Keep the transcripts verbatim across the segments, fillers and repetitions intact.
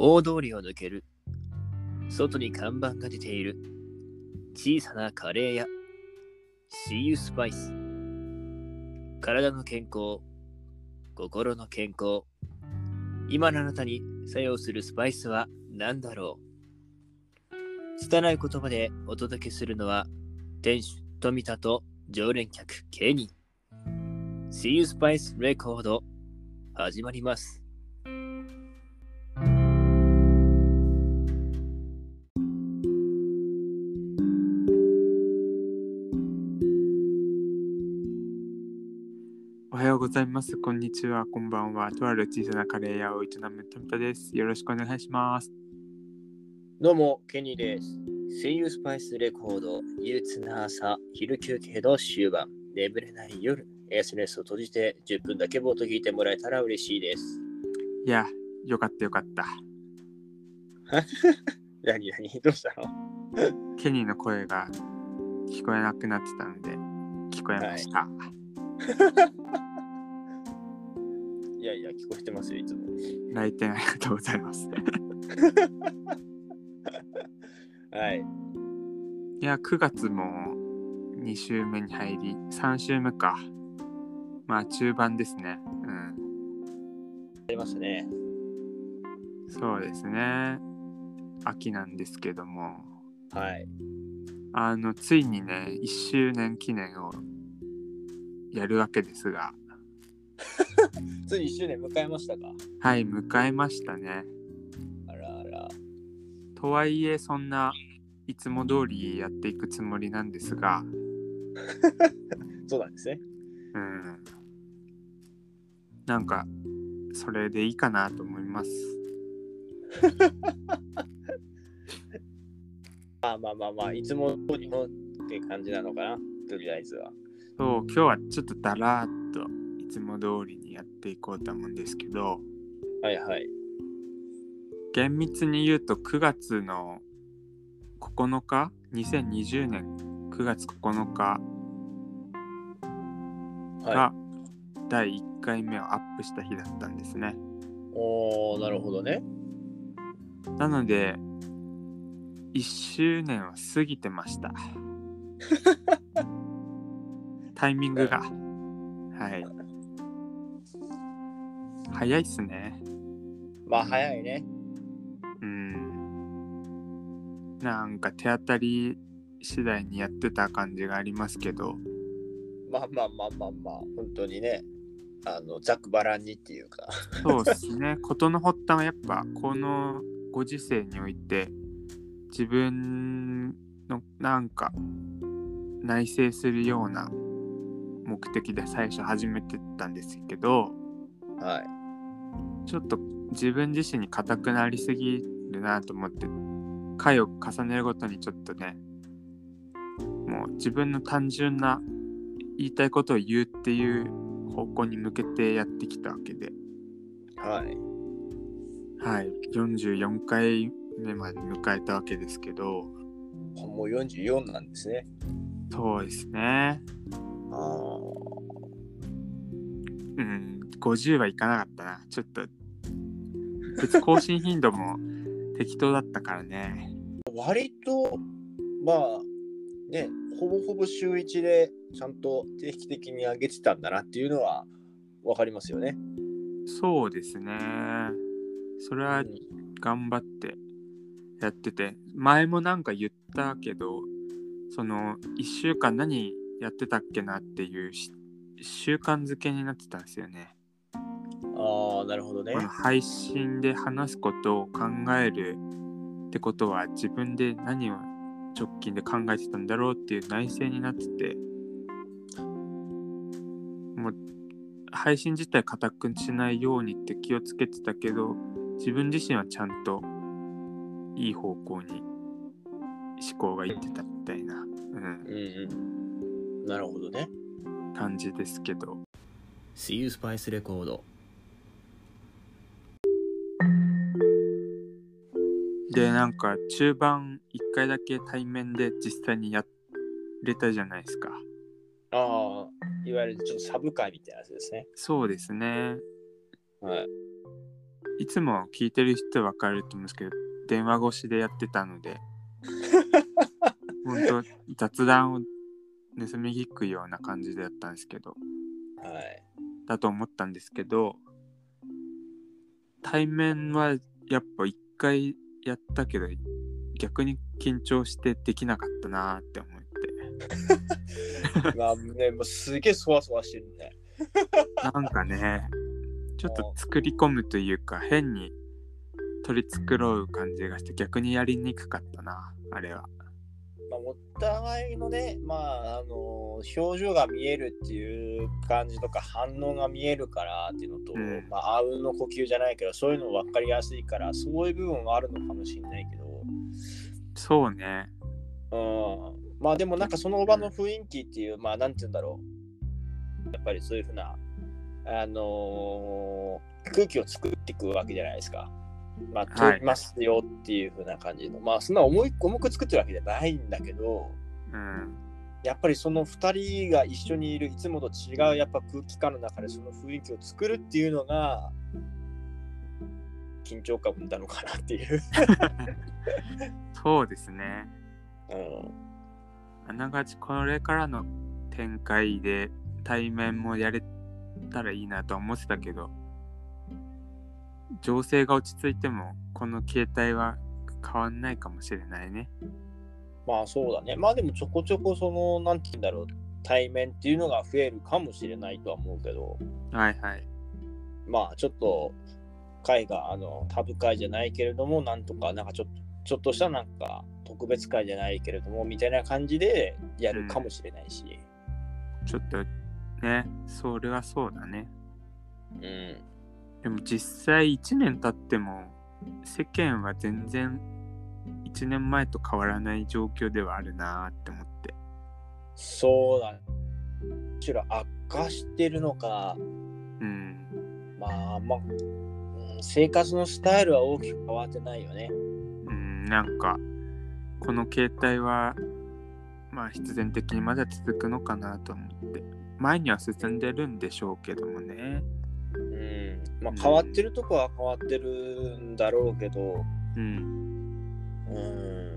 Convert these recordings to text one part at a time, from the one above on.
大通りを抜ける。外に看板が出ている。小さなカレー屋。See you Spice。体の健康、心の健康。今のあなたに作用するスパイスは何だろう。拙い言葉でお届けするのは、店主富田と常連客ケニー。See you Spice レコード始まります。 おはようございます。こんにちは。こんばんは。とある小さなカレー屋を営む富田です。よろしくお願いします。 どうも、ケニーです。See you Spice レコード、憂鬱な朝、昼休憩の終盤、眠れない夜、エスエヌエス を閉じてじゅっぷんだけぼーっと聞いてもらえたら嬉しいです。 いや、よかったよかった。 何何どうしたの？ ケニーの声が聞こえなくなってたので、聞こえました。はい、 いやいや、聞こえてますよ、いつも。 来店ありがとうございます。 はい。 いや、くがつもに週目に入り、さん週目か。まあ、中盤ですね。うん。 ありますね。 そうですね。秋なんですけども。 はい。 あの、ついにね、いっしゅうねん記念をやるわけですが。 ついにいっしゅうねん迎えましたか？ はい、迎えましたね。 あらあら。 とはいえ、そんないつも通りやっていくつもりなんですが。 そうなんですね。 うん。なんか、それでいいかなと思います。 まあまあまあまあ、いつも通りのって感じなのかな、とりあえずは。 そう、今日はちょっとだらーっといつも通りにやっていこうと思うんですけど、 はいはい。 厳密に言うとくがつのここのか、にせんにじゅうねんくがつここのかがだいいっかいめをアップした日だったんですね。はい、 おー、なるほどね。 なので、いっしゅうねんは過ぎてました。タイミングが。はい。早いっすね。 まあ早いね。 うん。なんか手当たり次第にやってた感じがありますけど。 まあまあまあまあまあ、本当にね、あの、ざくばらんにっていうか。 そうっすね。事の発端はやっぱこのご時世において自分のなんか内省するような目的で最初始めてたんですけど、 はい。 ちょっと自分自身に固くなりすぎるなと思って、回を重ねるごとにちょっとね、もう自分の単純な言いたいことを言うっていう方向に向けてやってきたわけで、 はいはい、よんじゅうよんかいめまで迎えたわけですけど。 もうよんじゅうよんなんですね。 そうですね。 ああ。 うん、ごじゅうはいかなかったな。ちょっと別に更新頻度も適当だったからね。 割とまあね、ほぼほぼ週いちでちゃんと定期的に上げてたんだなっていうのは分かりますよね。 そうですね。それは頑張ってやってて、前もなんか言ったけど、そのいっしゅうかん何やってたっけなっていう習慣づけになってたんですよね。 ああ、なるほどね。 この配信で話すことを考えるってことは、自分で何を直近で考えてたんだろうっていう内省になってて、もう配信自体固くしないようにって気をつけてたけど、自分自身はちゃんといい方向に思考がいってたみたいな、うん、 うんうん、なるほどね。 感じですけど。 See you Spice レコードで、なんか中盤いっかいだけ対面で実際にやれたじゃないですか。 ああ、いわゆるちょっとサブ会みたいなやつですね。 そうですね。 はい。 いつも聞いてる人は分かると思うんですけど、電話越しでやってたので本当雑談を盗み聞くような感じでやったんですけど、 はい。 だと思ったんですけど、対面はやっぱ一回やったけど逆に緊張してできなかったなって思ってまあね、もうすげえそわそわしてるね。 なんかね、ちょっと作り込むというか変に取り繕う感じがして逆にやりにくかったな、あれは。 まあ、お互いのね、まあ、あの表情が見えるっていう感じとか反応が見えるからっていうのと、うん、まあ、あうんの呼吸じゃないけど、そういうの分かりやすいから、そういう部分はあるのかもしれないけど。 そうね。 うん。まあでもなんかその場の雰囲気っていう、まあなんて言うんだろう。やっぱりそういうふうな、あのー、空気を作っていくわけじゃないですか。まあ、通りますよっていう風な感じの、はい、まあそんな重い重く作ってるわけじゃないんだけど、 うん、 やっぱりそのふたりが一緒にいるいつもと違うやっぱ空気感の中でその雰囲気を作るっていうのが緊張感なのかなっていうそうですね、 うん、 あながちこれからの展開で対面もやれたらいいなと思ってたけど、情勢が落ち着いてもこの形態は変わんないかもしれないね。 まあそうだね。まあでもちょこちょこそのなんて言うんだろう、対面っていうのが増えるかもしれないとは思うけど、 はいはい。 まあちょっと会があのタブ会じゃないけれども、なんとかなんかちょっとちょっとしたなんか特別会じゃないけれどもみたいな感じでやるかもしれないし、 うん、ちょっとね、それはそうだね。 うん。 でも実際いちねん経っても世間は全然いちねんまえと変わらない状況ではあるなって思って。 そうだね。むしろ悪化してるのか、 うん、 まあまあ、うん、生活のスタイルは大きく変わってないよね。 うん、なんかこの形態はまあ必然的にまだ続くのかなと思って、前には進んでるんでしょうけどもね。 うん、まあ変わってるとこは変わってるんだろうけど、 うん、 うん、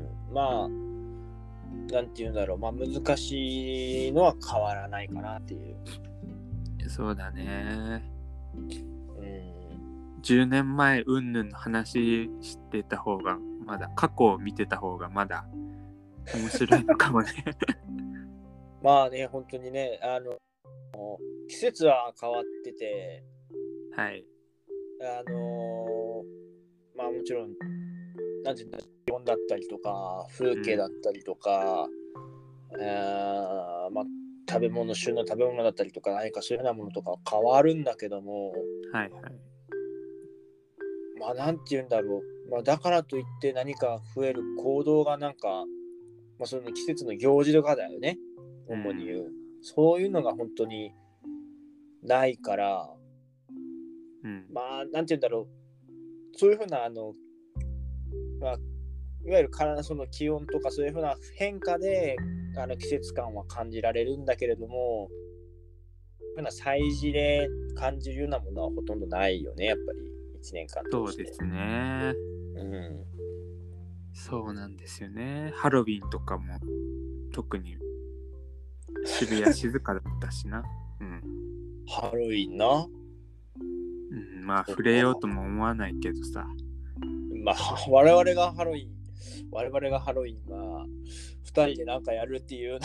まあなんていうんだろう、まあ難しいのは変わらないかなっていう。 そうだね。 うん、 じゅうねんまえうんぬんの話してた方がまだ、過去を見てた方がまだ面白いのかもね。 まあね、本当にね、あの季節は変わってて、 はい。 あのー、まあもちろん、なんていうんだ、気温だったりとか、風景だったりとか、うん、あまあ、食べ物、旬の食べ物だったりとか、何かそういうようなものとか変わるんだけども、 はいはい。 まあなんていうんだろう、まあ、だからといって何か増える行動がなんか、まあその季節の行事とかだよね、主に言う。うん、そういうのが本当にないから、 うん、 まあなんていうんだろう、そういうふうなあの、まあ、いわゆる体その気温とかそういうふうな変化であの季節感は感じられるんだけれども、そういうな祭事で感じるようなものはほとんどないよね、やっぱりいちねんかん通して。 そうですね。 うん。 そうなんですよね。ハロウィンとかも特に渋谷静かだったしな。うん。 ハロウィンな。 うん、まあ触れようとも思わないけどさ。 まあ我々がハロウィン、我々がハロウィンはふたりでなんかやるっていう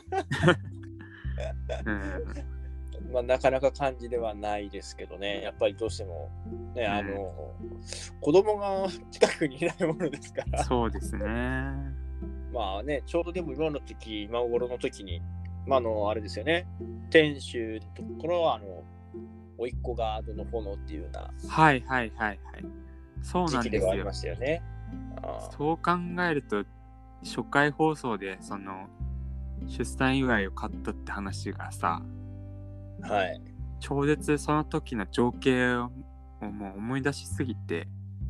うん、まあなかなか感じではないですけどね。やっぱりどうしてもね、うん、あの子供が近くにいないものですから。 そうですね。 まあね、ちょうどでも今の時、今頃の時に、まあ、あの、あれですよね、天守のところは、あの、甥っ子がどの炎っていうような、 はいはいはいはい。そうなんですよ。 時期ではありましたよね。 あ、そう考えると、初回放送で、その、出産祝いを買ったって話がさ、 はい。 超絶その時の情景をもう思い出しすぎて、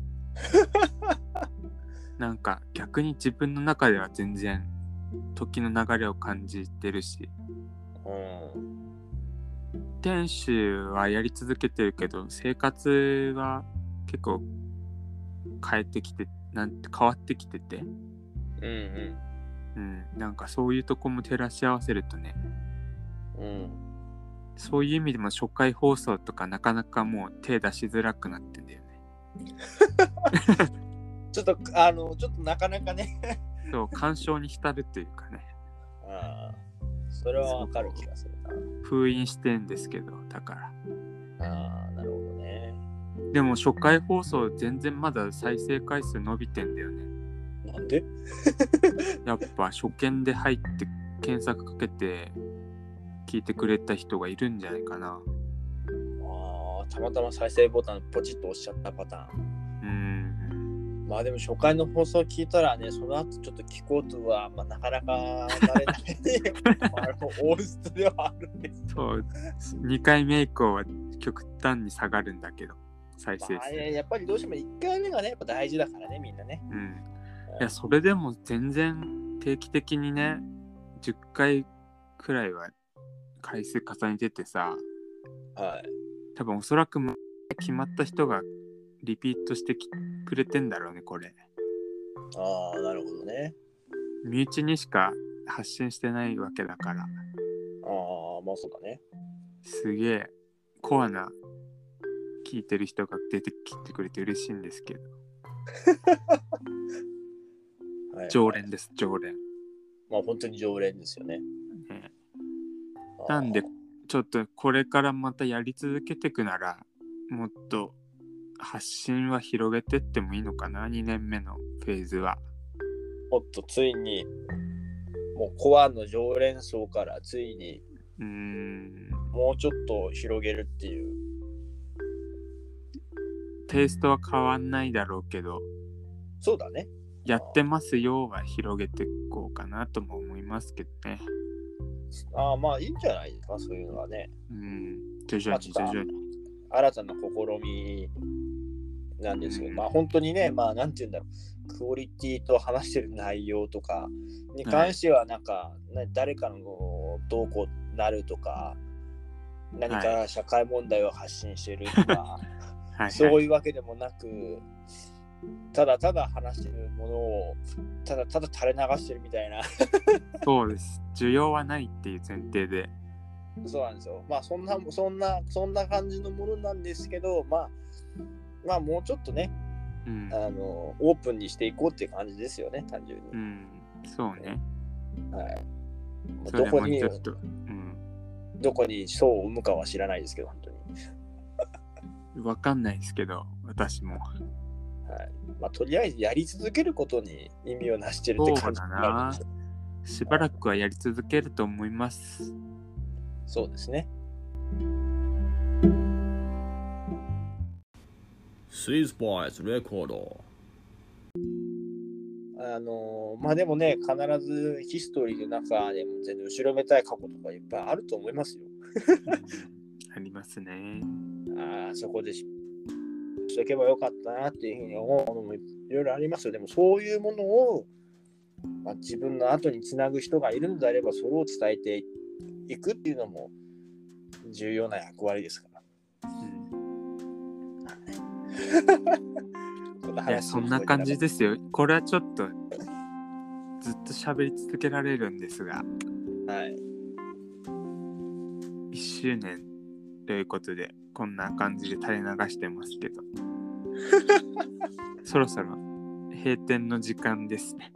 なんか逆に自分の中では全然時の流れを感じてるし、うん、店主はやり続けてるけど生活は結構変えてきて、なんて変わってきてて、 うんうんうん、なんかそういうとこも照らし合わせるとね、 うん。 そういう意味でも初回放送とかなかなかもう手出しづらくなってんだよね。 ちょっとあのちょっとなかなかね。 そう、感傷に浸るというかね。 ああ、それはわかる気がするな。 封印してんですけど、だから。 ああ、なるほどね。 でも初回放送全然まだ再生回数伸びてんだよね。 なんで？ やっぱ初見で入って検索かけて聞いてくれた人がいるんじゃないかな。 ああ、たまたま再生ボタンポチッと押しちゃったパターン。 うーん。 まあでも初回の放送聞いたらね、その後ちょっと聞こうとは、まあ、なかなかなれないまあ大質ではあるんです。 そう、にかいめ以降は極端に下がるんだけど、再生まあ、 数。 やっぱりどうしてもいっかいめがね、やっぱ大事だからね、みんなね。 うん。いや、それでも全然定期的にね、じゅっかいくらいは回数重ねててさ、 はい。 多分おそらく決まった人がリピートしてきくれてんだろうね、これ。 ああ、なるほどね。 身内にしか発信してないわけだから、 ああ、まあそうだね。 すげえコアな聞いてる人が出てきてくれて嬉しいんですけど、 はい、 常連です、常連。 まあ本当に常連ですよね。 ね、 あーなんでちょっとこれからまたやり続けていくなら、もっと発信は広げてってもいいのかな、にねんめのフェーズは。 おっと、ついに、もうコアの常連層からついに、 うーん、 もうちょっと広げるっていう。 テイストは変わんないだろうけど、 そうだね。 やってますよは広げていこうかなとも思いますけどね。 ああ、まあいいんじゃないですか、そういうのはね。 うん、徐々に徐々に。 新たな試みなんですけど、 うん、 まあ本当にね、まあなんて言うんだろう、クオリティと話してる内容とかに関しては、なんか、ね、誰かのどうこうなるとか、何か社会問題を発信してるとか、 はい、 そういうわけでもなく、ただただ話してるものをただただ垂れ流してるみたいな。 そうです。需要はないっていう前提で。 そうなんですよ。まあそんなそんなそんな感じのものなんですけど、まあまあもうちょっとね、 うん、 あのオープンにしていこうっていう感じですよね、単純に。 うん、そうね。 はい。 それもどこにちょっと、うん、 どこに層を生むかは知らないですけど、本当に。 わかんないですけど、私も。 はい。まあとりあえずやり続けることに意味をなしてるって感じそうだな。しばらくはやり続けると思います。 そうですね。 スイスボーイズレコード。 あのまあでもね、必ずヒストリーの中でも全然後ろめたい過去とかいっぱいあると思いますよ。 ありますね。 ああ、そこでししとけばよかったなっていうふうに思うものもいろいろありますよ。でもそういうものを、まあ、自分の後につなぐ人がいるのであれば、それを伝えていくっていうのも重要な役割ですから。 うん、いや、そんな感じですよ。これはちょっとずっと喋り続けられるんですが、 はい、 いっしゅうねんということでこんな感じで垂れ流してますけどそろそろ閉店の時間ですね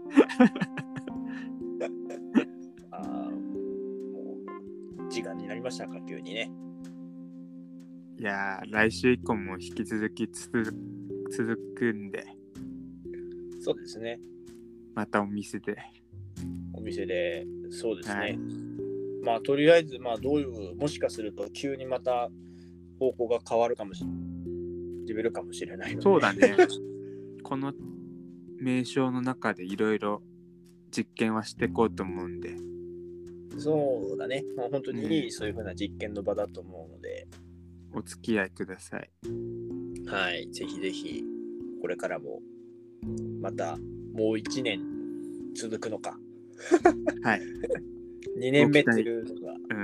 あもう時間になりましたか、急にね。 いやー、来週以降も引き続き続くんで、 そうですね。 またお店でお店で、そうですね。 はい、 まあとりあえず、まあどういう、もしかすると急にまた方向が変わるかもしれない。始めるかもしれないので。 そうだねこの名称の中でいろいろ実験はしていこうと思うんで。 そうだね。まあ本当にいい、うん、そういう風な実験の場だと思うので。 お付き合いください。 はい。ぜひぜひ、これからも、またもういちねん続くのか。 はい。 にねんめっていうのが。 うん。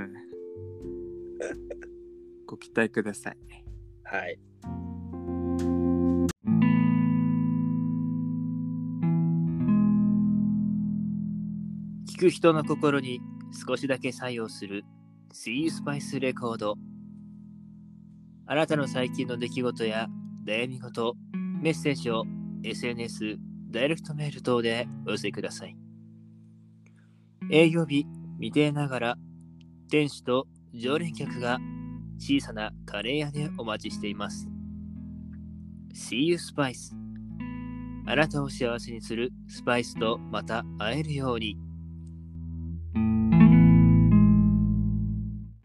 ご期待ください。 はい。 聞く人の心に少しだけ作用する See You Spice レコード。あなたの最近の出来事や悩み事、メッセージを エスエヌエス、ダイレクトメール等でお寄せください。営業日未定ながら、店主と常連客が小さなカレー屋でお待ちしています。See You Spice。あなたを幸せにするスパイスとまた会えるように。